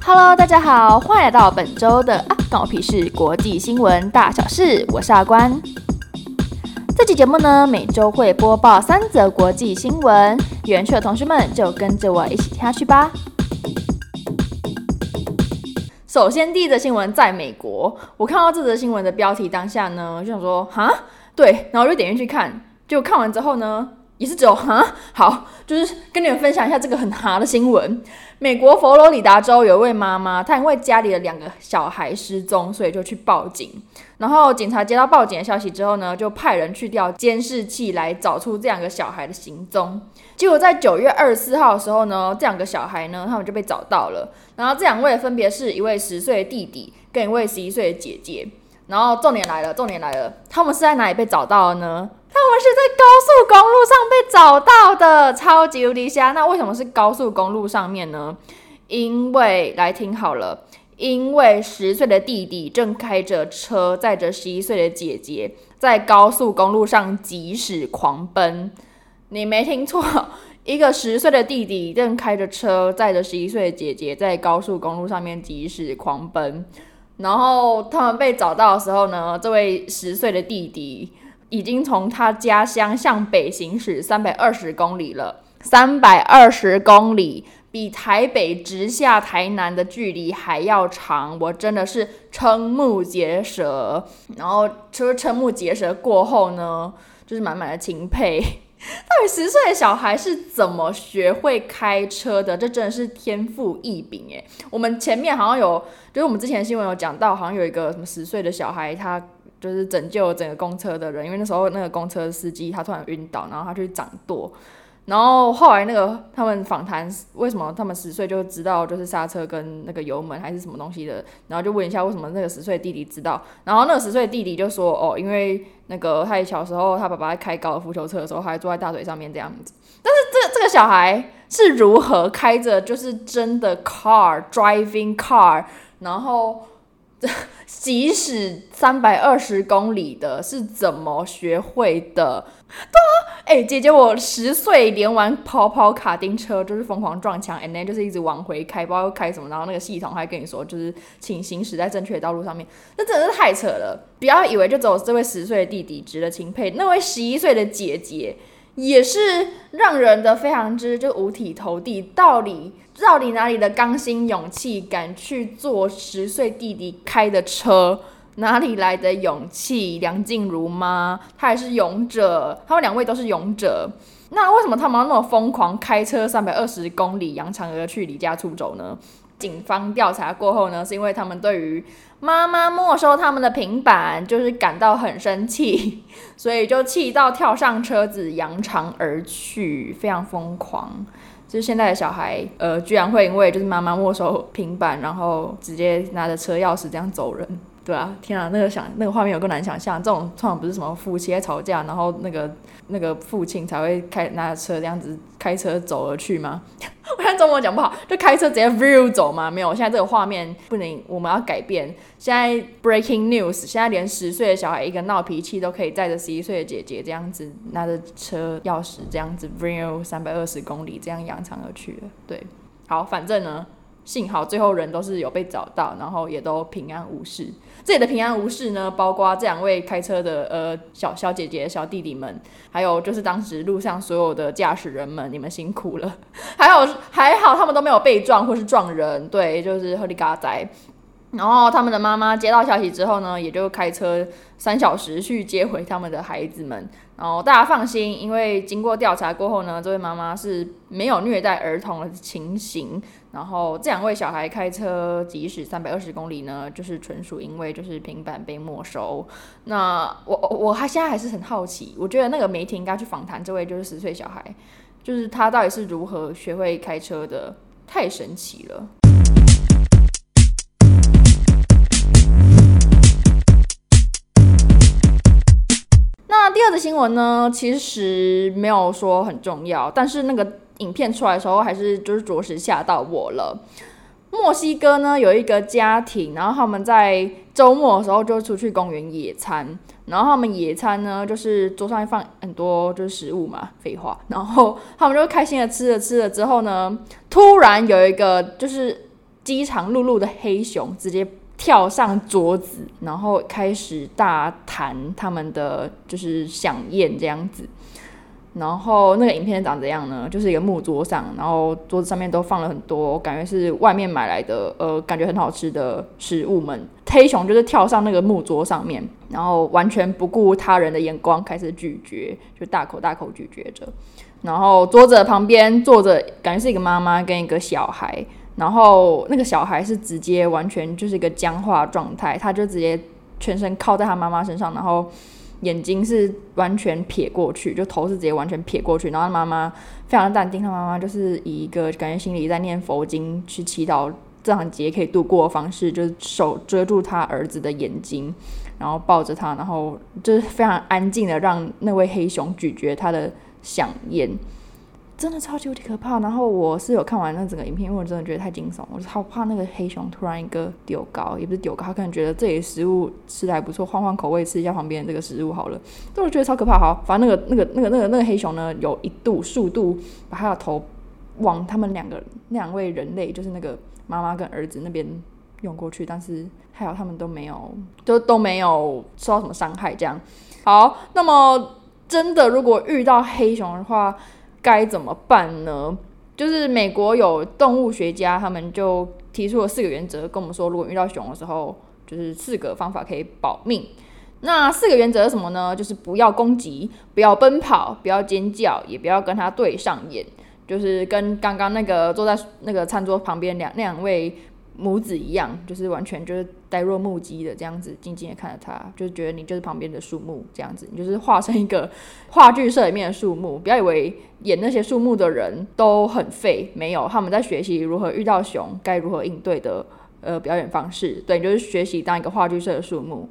Hello， 大家好，欢迎来到本周的关我屁事国际新闻大小事，我是阿关。这期节目呢，每周会播报3则国际新闻，有兴趣的同学们就跟着我一起听下去吧。首先，第一则新闻在美国，我看到这则新闻的标题当下呢，就想说哈，对，然后就点进去看，结果看完之后呢，也是只有哈，好，就是跟你们分享一下这个很哈的新闻。美国佛罗里达州有一位妈妈，她因为家里的2个小孩失踪，所以就去报警。然后警察接到报警的消息之后呢，就派人去调监视器来找出这2个小孩的行踪。结果在9月24号的时候呢，这2个小孩呢，他们就被找到了。然后这2位分别是一位10岁的弟弟跟一位11岁的姐姐。然后重点来了，他们是在哪里被找到的呢？他们是在高速公路上被找到的，超级无敌瞎。那为什么是高速公路上面呢？因为来听好了，因为10岁的弟弟正开着车载着11岁的姐姐在高速公路上疾驶狂奔。你没听错，一个10岁的弟弟正开着车载着11岁的姐姐在高速公路上面疾驶狂奔。然后他们被找到的时候呢，这位10岁的弟弟已经从他家乡向北行驶320公里了，320公里比台北直下台南的距离还要长，我真的是瞠目结舌。然后就是瞠目结舌过后呢，就是满满的钦佩。到底10岁的小孩是怎么学会开车的？这真的是天赋异禀耶！我们前面好像有，就是我们之前的新闻有讲到，好像有一个什么10岁的小孩，他就是拯救整个公车的人，因为那时候那个公车司机他突然晕倒，然后他去掌舵。然后后来那个他们访谈，为什么他们10岁就知道就是刹车跟那个油门还是什么东西的，然后就问一下为什么那个10岁的弟弟知道，然后那个10岁的弟弟就说因为那个他小时候他爸爸在开高尔夫球车的时候，他还坐在大腿上面这样子。但是这个小孩是如何开着就是真的 driving car， 然后即使320公里的，是怎么学会的？对啊，姐姐我10岁连玩跑卡丁车，就是疯狂撞墙 and then 就是一直往回开，不知道开什么，然后那个系统还跟你说就是请行驶在正确的道路上面，那真的是太扯了。不要以为就只有这位10岁的弟弟值得钦佩，那位11岁的姐姐也是让人的非常之就五体投地，到底哪里的刚心勇气敢去做10岁弟弟开的车？哪里来的勇气？梁静茹吗？她也是勇者，他们2位都是勇者。那为什么他们要那么疯狂开车320公里扬长而去离家出走呢？警方调查过后呢，是因为他们对于妈妈没收他们的平板就是感到很生气，所以就气到跳上车子扬长而去，非常疯狂。就是现在的小孩居然会因为就是妈妈没收平板，然后直接拿着车钥匙这样走人。对啊，天啊，那个画面有够难想象。这种通常不是什么夫妻在吵架，然后那个父亲才会拿着车这样子开车走而去吗？我看中文讲不好，就开车直接 view 走吗？没有，现在这个画面不能，我们要改变。现在 breaking news， 现在连10岁的小孩一个闹脾气都可以载着11岁的姐姐这样子拿着车钥匙这样子 view 320公里这样扬长而去了。对，好，反正呢。幸好最后人都是有被找到，然后也都平安无事。这里的平安无事呢，包括这2位开车的小姐姐、小弟弟们，还有就是当时路上所有的驾驶人们，你们辛苦了。还好他们都没有被撞或是撞人，对，就是喝里嘎仔。然后他们的妈妈接到消息之后呢，也就开车3小时去接回他们的孩子们。然后大家放心，因为经过调查过后呢，这位妈妈是没有虐待儿童的情形。然后这2位小孩开车即使320公里呢，就是纯属因为就是平板被没收。那我现在还是很好奇，我觉得那个媒体应该去访谈这位就是10岁小孩，就是他到底是如何学会开车的，太神奇了。那第2则新闻呢，其实没有说很重要，但是那个影片出来的时候，还是就是着实吓到我了。墨西哥呢有一个家庭，然后他们在周末的时候就出去公园野餐，然后他们野餐呢就是桌上放很多就是食物嘛，废话，然后他们就开心的吃了之后呢，突然有一个就是饥肠辘辘的黑熊直接跳上桌子，然后开始大谈他们的就是飨宴这样子。然后那个影片长怎样呢？就是一个木桌上，然后桌子上面都放了很多感觉是外面买来的感觉很好吃的食物们。黑熊就是跳上那个木桌上面，然后完全不顾他人的眼光开始咀嚼，就大口大口咀嚼着。然后桌子的旁边坐着感觉是一个妈妈跟一个小孩，然后那个小孩是直接完全就是一个僵化状态，他就直接全身靠在他妈妈身上，然后眼睛是完全撇过去，就头是直接完全撇过去，然后妈妈非常淡定，他妈妈就是以一个感觉心里在念佛经去祈祷这场节可以度过的方式，就是手遮住他儿子的眼睛，然后抱着他，然后就是非常安静的让那位黑熊咀嚼他的响宴，真的超级无敌可怕。然后我是有看完那整个影片，因为我真的觉得太惊悚，我好怕那个黑熊突然一个丢高，也不是丢高，他可能觉得这里的食物吃得还不错，换换口味吃一下旁边的这个食物好了，但我觉得超可怕。好，反正那个黑熊呢，有数度把他的头往他们两位人类，就是那个妈妈跟儿子那边用过去，但是还好他们都没有受到什么伤害这样。好，那么真的如果遇到黑熊的话该怎么办呢？就是美国有动物学家，他们就提出了4个原则，跟我们说如果遇到熊的时候就是4个方法可以保命。那4个原则是什么呢？就是不要攻击，不要奔跑，不要尖叫，也不要跟他对上眼，就是跟刚刚那个坐在那个餐桌旁边两位母子一样，就是完全就是呆若木鸡的这样子静静的看着他，就是觉得你就是旁边的树木这样子，你就是画成一个话剧社里面的树木。不要以为演那些树木的人都很废，没有，他们在学习如何遇到熊该如何应对的表演方式。对，你就是学习当一个话剧社的树木。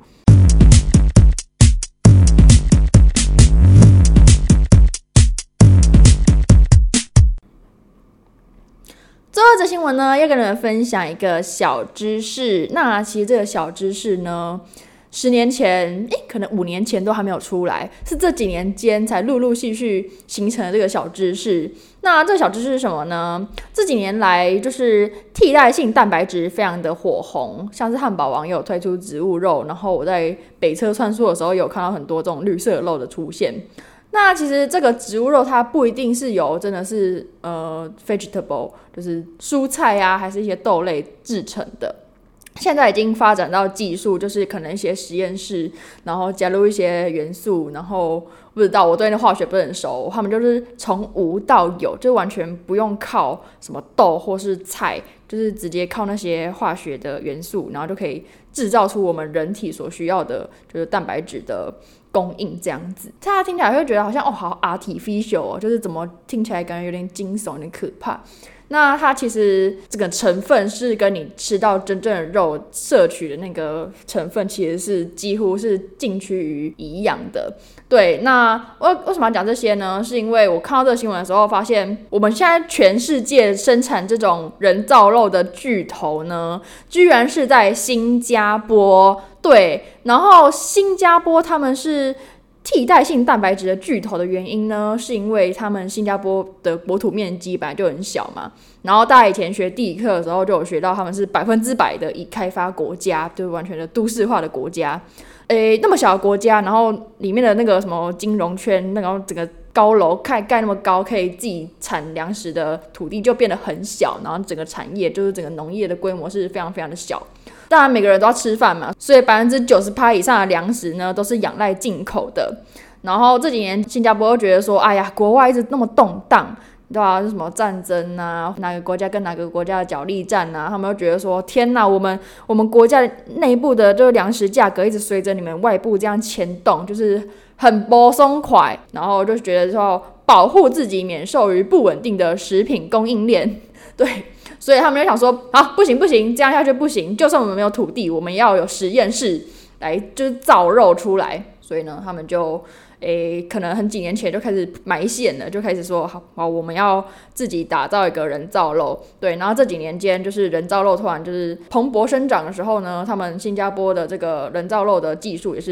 最后一则新闻呢，要跟你们分享一个小知识。那其实这个小知识呢，10年前，可能5年前都还没有出来，是这几年间才陆陆续续形成的这个小知识。那这个小知识是什么呢？这几年来，就是替代性蛋白质非常的火红，像是汉堡王也有推出植物肉，然后我在北车穿梭的时候有看到很多这种绿色肉的出现。那其实这个植物肉它不一定是由真的是vegetable， 就是蔬菜啊，还是一些豆类制成的。现在已经发展到技术，就是可能一些实验室，然后加入一些元素，然后不知道，我对那化学不是很熟，他们就是从无到有，就完全不用靠什么豆或是菜，就是直接靠那些化学的元素，然后就可以制造出我们人体所需要的就是蛋白质的供应这样子。大家听起来会觉得好像好 artificial 就是怎么听起来感觉有点惊悚，有点可怕。那它其实这个成分是跟你吃到真正的肉摄取的那个成分其实是几乎是近趋于一样的。对，那为什么要讲这些呢？是因为我看到这个新闻的时候发现，我们现在全世界生产这种人造肉的巨头呢，居然是在新加坡。对，然后新加坡他们是替代性蛋白质的巨头的原因呢，是因为他们新加坡的国土面积本来就很小嘛，然后大家以前学地理课的时候就有学到他们是100%的已开发国家，就是完全的都市化的国家。那么小的国家，然后里面的那个什么金融圈，然后整个高楼盖那么高，可以自己产粮食的土地就变得很小，然后整个产业就是整个农业的规模是非常非常的小。当然每个人都要吃饭嘛，所以90%以上的粮食呢都是仰赖进口的。然后这几年新加坡又觉得说，哎呀，国外一直那么动荡，对吧？什么战争啊，哪个国家跟哪个国家的角力战啊，他们又觉得说，天哪，我们国家内部的这个粮食价格一直随着你们外部这样牵动，就是很不松快，然后就觉得说保护自己免受于不稳定的食品供应链，对。所以他们就想说，啊，不行，这样下去不行，就算我们没有土地，我们也要有实验室来就是造肉出来。所以呢，他们就可能很几年前就开始埋线了，就开始说好，我们要自己打造一个人造肉。对，然后这几年间就是人造肉突然就是蓬勃生长的时候呢，他们新加坡的这个人造肉的技术也是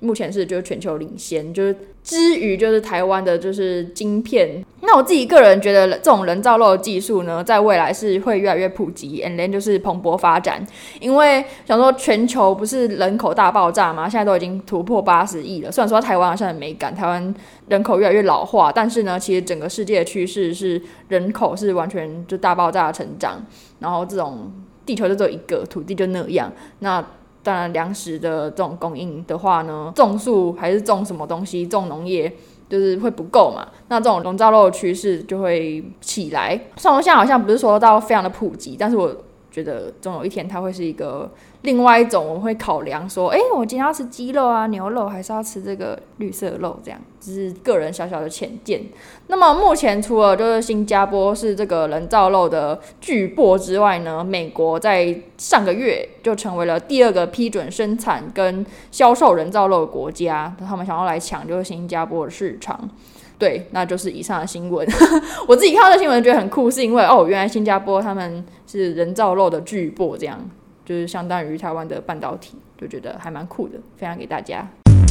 目前是就是全球领先，就是之于就是台湾的就是晶片。那我自己个人觉得这种人造肉的技术呢，在未来是会越来越普及 and then 就是蓬勃发展。因为想说全球不是人口大爆炸吗？现在都已经突破80亿了。虽然说台湾好像很没感，台湾人口越来越老化，但是呢，其实整个世界的趋势是人口是完全就大爆炸的成长。然后这种地球就只有一个，土地就那样。那当然，粮食的这种供应的话呢，种树还是种什么东西，种农业就是会不够嘛。那这种人造肉的趋势就会起来。虽然现在好像不是说到非常的普及，但是我觉得总有一天它会是一个另外一种我们会考量说，我今天要吃鸡肉啊、牛肉，还是要吃这个绿色肉，这样只是个人小小的浅见。那么目前除了就是新加坡是这个人造肉的巨擘之外呢，美国在上个月就成为了第2个批准生产跟销售人造肉的国家，他们想要来抢就是新加坡的市场。对，那就是以上的新闻。我自己看到这新闻觉得很酷，是因为原来新加坡他们是人造肉的巨擘，这样就是相当于台湾的半导体，就觉得还蛮酷的，分享给大家。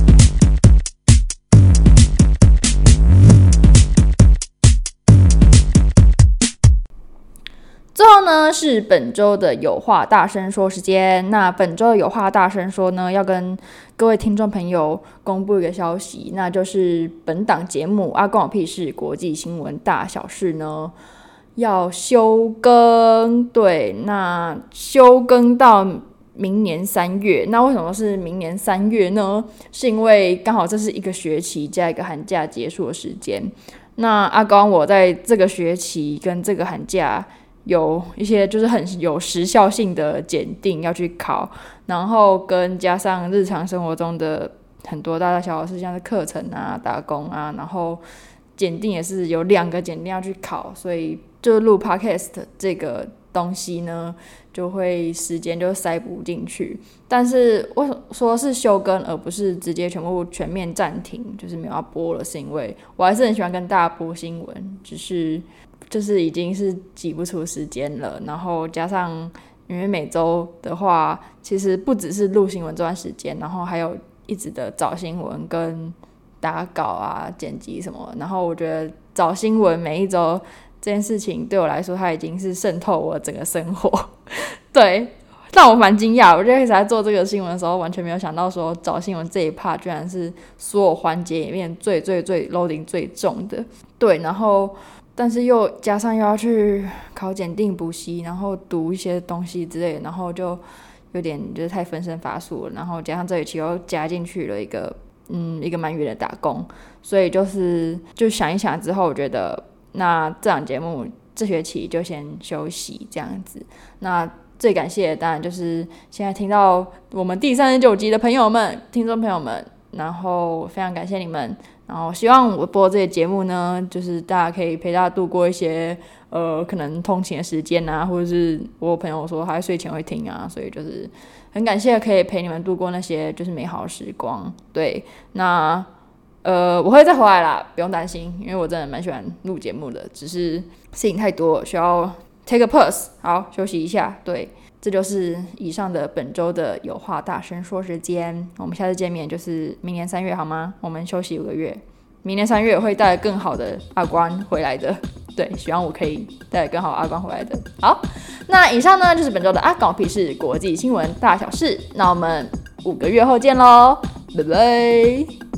最后呢，是本周的有话大声说时间。那本周的有话大声说呢，要跟各位听众朋友公布一个消息，那就是本档节目《关我屁事国际新闻大小事》呢要休更。对，那休更到明年3月。那为什么是明年3月呢？是因为刚好这是一个学期加一个寒假结束的时间。那阿光我在这个学期跟这个寒假有一些就是很有时效性的检定要去考，然后跟加上日常生活中的很多大大小小事，像是课程啊、打工啊，然后检定也是有2个检定要去考，所以就录 podcast 这个东西呢，就会时间就塞不进去。但是为什么说是休更而不是直接全面暂停，就是没有要播了，是因为我还是很喜欢跟大家播新闻，只是就是已经是挤不出时间了，然后加上因为每周的话，其实不只是录新闻这段时间，然后还有一直的找新闻跟打稿啊、剪辑什么，然后我觉得找新闻每一周这件事情对我来说，它已经是渗透我整个生活。对，让我蛮惊讶。我就一直在做这个新闻的时候，完全没有想到说找新闻这一 part 居然是所有环节里面最 loading 最重的。对，然后但是又加上又要去考检定补习，然后读一些东西之类的，然后就有点就是太分身乏术了。然后加上这一期又加进去了一个蛮远的打工，所以就想一想之后，我觉得那这档节目这学期就先休息这样子。那最感谢的当然就是现在听到我们第39集的朋友们、听众朋友们，然后非常感谢你们。然后希望我播这些节目呢，就是大家可以陪大家度过一些可能通勤的时间啊，或者是我朋友说他在睡前会听啊，所以就是很感谢可以陪你们度过那些就是美好的时光。对，那我会再回来啦，不用担心，因为我真的蛮喜欢录节目的，只是事情太多，需要 take a pause， 好，休息一下。对，这就是以上的本周的有话大声说时间。我们下次见面就是明年3月好吗？我们休息5个月，明年3月会带来更好的阿关回来的。对，希望我可以带来更好的阿关回来的。好，那以上呢就是本周的阿关我屁事国际新闻大小事。那我们5个月后见咯，拜拜。